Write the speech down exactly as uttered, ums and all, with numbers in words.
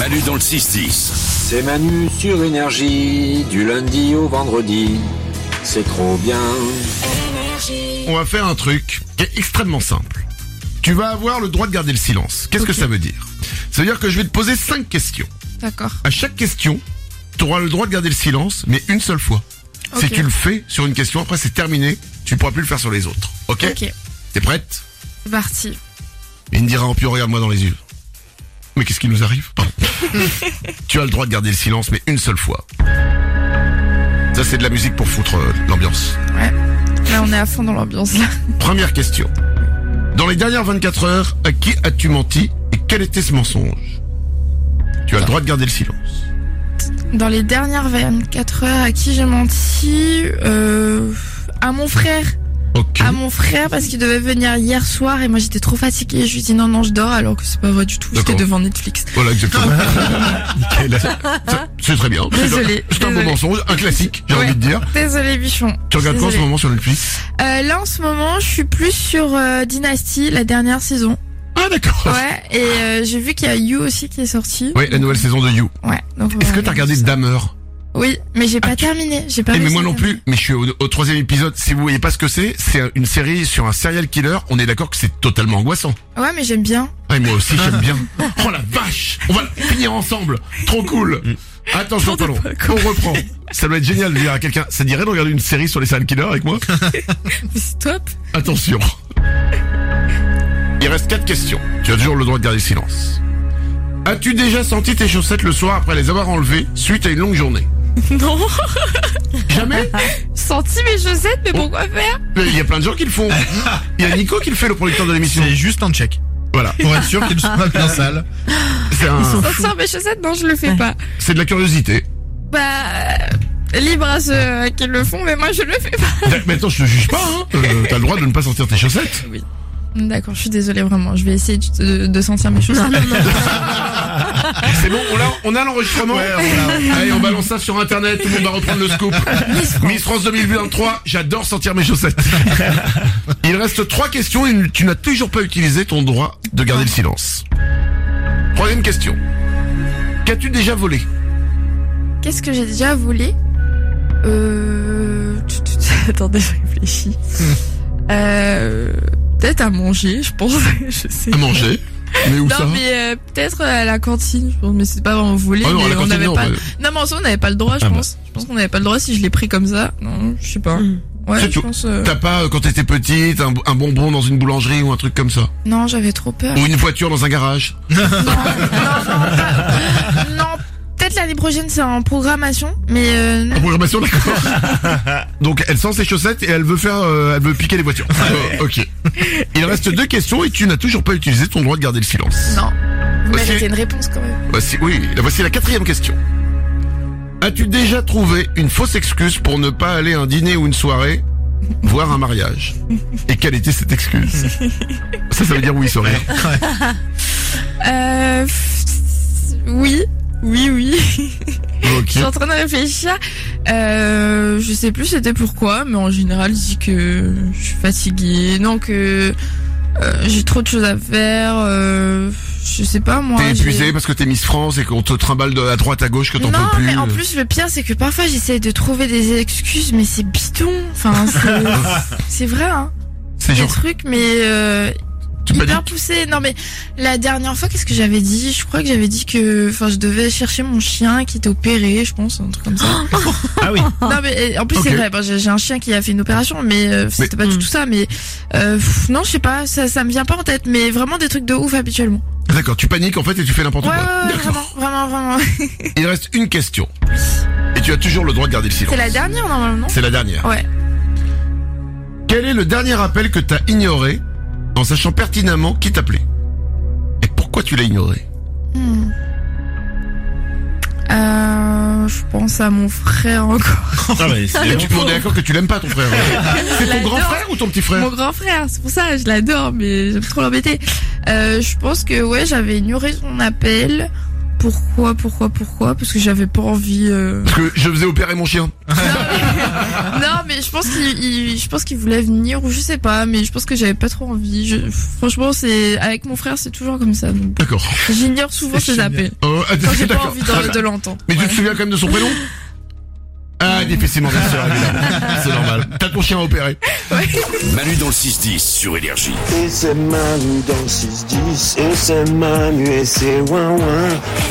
Manu dans le six six. C'est Manu sur Énergie, du lundi au vendredi. C'est trop bien. On va faire un truc qui est extrêmement simple. Tu vas avoir le droit de garder le silence. Qu'est-ce Okay. que ça veut dire? Ça veut dire que je vais te poser cinq questions. D'accord. À chaque question, tu auras le droit de garder le silence, mais une seule fois. Okay. Si tu le fais sur une question, après c'est terminé, tu ne pourras plus le faire sur les autres. Ok? Ok, T'es prête? c'est parti. Il me dira en plus, regarde-moi dans les yeux. Mais qu'est-ce qui nous arrive? Pardon. Tu as le droit de garder le silence, mais une seule fois. Ça, c'est de la musique pour foutre euh, l'ambiance. Ouais. Là, on est à fond dans l'ambiance, là. Première question. Dans les dernières vingt-quatre heures, à qui as-tu menti et quel était ce mensonge? Tu as le droit de garder le silence. Dans les dernières vingt-quatre heures, à qui j'ai menti? Euh... À mon frère. Ok. À mon frère, parce qu'il devait venir hier soir et moi j'étais trop fatiguée. Je lui ai dit non, non, je dors, alors que c'est pas vrai du tout. J'étais D'accord. devant Netflix. Voilà, exactement. Nickel. Ça, c'est très bien. Désolée, C'est un bon désolée. mensonge, un classique, j'ai Ouais. envie de dire. Désolé, bichon. Tu regardes quoi en ce Désolée. moment sur Netflix? Euh, là, en ce moment, je suis plus sur euh, Dynasty, la dernière saison. Ah d'accord. Ouais, et euh, j'ai vu qu'il y a You aussi qui est sorti. Oui, la nouvelle saison de You. Ouais. Donc, Est-ce que voilà, t'as regardé ça. Dahmer? Oui, mais j'ai pas Ah, tu- terminé. J'ai pas Eh, mais réussi moi à non terminer. plus, mais je suis au, au troisième épisode. Si vous voyez pas ce que c'est, c'est une série sur un serial killer. On est d'accord que c'est totalement angoissant. Ouais, mais j'aime bien. Ouais, moi aussi j'aime bien. Oh la vache, on va finir ensemble. Trop cool. Attention, pardon. On reprend. Ça doit être génial de dire à quelqu'un. Ça dirait de regarder une série sur les serial killers avec moi? Mais c'est top. Attention. Il reste quatre questions. Tu as toujours le droit de garder le silence. As-tu déjà senti tes chaussettes le soir après les avoir enlevées suite à une longue journée? Non. Jamais? Senti mes chaussettes, mais pourquoi faire? Mais il y a plein de gens qui le font. Il y a Nico qui le fait, le producteur de l'émission. C'est juste un check. Voilà. Pour être sûr qu'il ne soit pas bien sale. C'est un, Sentir mes chaussettes, non, je le fais pas. c'est de la curiosité. Bah, euh, libre à ceux qui le font, mais moi je le fais pas. Mais attends, je te juge pas, hein. Euh, t'as le droit de ne pas sentir tes chaussettes. D'accord, je suis désolée vraiment. Je vais essayer de, de sentir mes chaussettes. C'est bon, on a, on a l'enregistrement. Ouais, on Allez, on balance ça sur internet, tout le monde va reprendre le scoop. Miss France deux mille vingt-trois, j'adore sentir mes chaussettes. Il reste trois questions et tu n'as toujours pas utilisé ton droit de garder le silence. Troisième question. Qu'as-tu déjà volé? Qu'est-ce que j'ai déjà volé? Euh... tut, tut, Attendez, je réfléchis. Euh... Peut-être à manger, je pense. Je sais. À manger? Mais où Non, ça? mais euh, peut-être à la cantine, je pense, mais c'est pas vraiment volé. Ah non, à mais la on cantine, n'avait non, pas. mais- Non, mais en soi, on n'avait pas le droit, je Ah bah. pense. Je pense qu'on n'avait pas le droit si je l'ai pris comme ça. Non, je sais pas. Ouais, C'est je tout. pense. euh, T'as pas, euh, quand t'étais petite, un, un bonbon dans une boulangerie ou un truc comme ça? Non, j'avais trop peur. Ou une voiture dans un garage? Non, non, non, pas- non, peut-être l'année prochaine, c'est en programmation, mais euh, non. En programmation, d'accord. Donc elle sent ses chaussettes et elle veut faire, euh, elle veut piquer les voitures. Euh, ok. Il reste deux questions et tu n'as toujours pas utilisé ton droit de garder le silence. Non. Vous Voici- méritez une réponse quand même. Voici, oui, la voici la quatrième question. As-tu déjà trouvé une fausse excuse pour ne pas aller à un dîner ou une soirée, voire un mariage? Et quelle était cette excuse? Ça, ça veut dire oui, sorry. Euh, pff, oui, oui, oui. Ok. Je suis en train de réfléchir. Euh, je sais plus c'était pourquoi, mais en général, je dis que je suis fatiguée, non que euh, j'ai trop de choses à faire. Euh, je sais pas moi. T'es j'ai- épuisé parce que t'es Miss France et qu'on te trimballe de à droite à gauche que t'en Non, peux plus. mais en plus le pire c'est que parfois j'essaie de trouver des excuses, mais c'est bidon. Enfin, c'est c'est vrai, hein. c'est Des genre, trucs, mais euh, tu hyper paniques. poussé. Non mais la dernière fois, qu'est-ce que j'avais dit? Je crois que j'avais dit que, enfin, je devais chercher mon chien qui était opéré, je pense, un truc comme ça. Ah oui. Non mais euh, en plus Ok. c'est vrai. Bon, j'ai j'ai un chien qui a fait une opération, mais euh, c'était pas du tout ça. Mais euh, pff, non, je sais pas, ça, ça me vient pas en tête. Mais vraiment des trucs de ouf habituellement. D'accord, tu paniques en fait et tu fais n'importe Ouais, quoi. ouais, ouais, D'accord. vraiment, vraiment, vraiment. Il reste une question. Et tu as toujours le droit de garder le silence. C'est la dernière normalement, non? C'est la dernière. Ouais. Quel est le dernier appel que t'as ignoré en sachant pertinemment qui t'appelait? Et pourquoi tu l'as ignoré? Hmm. Euh, je pense à mon frère encore. Ah ouais, c'est Et tu on est d'accord que tu l'aimes pas ton frère. hein. C'est ton l'adore. grand frère ou ton petit frère? Mon grand frère, c'est pour ça, je l'adore, mais j'aime trop l'embêter. Euh, je pense que ouais, j'avais ignoré son appel pourquoi, pourquoi, pourquoi? Parce que j'avais pas envie. Euh... Parce que je faisais opérer mon chien. Non, mais je pense qu'il, il- je pense qu'il voulait venir ou je sais pas, mais je pense que j'avais pas trop envie. Je, franchement, c'est avec mon frère, c'est toujours comme ça. Donc, D'accord. j'ignore souvent C'est ses appels Oh, ah, quand j'ai pas d'accord. envie de, de l'entendre. Mais tu Ouais. te souviens quand même de son prénom? Ah, difficilement, bien sûr, évidemment. C'est normal. T'as ton chien à opérer. Manu dans le six dix sur Énergie. Et c'est Manu dans le six dix, et c'est Manu et c'est ouin ouin.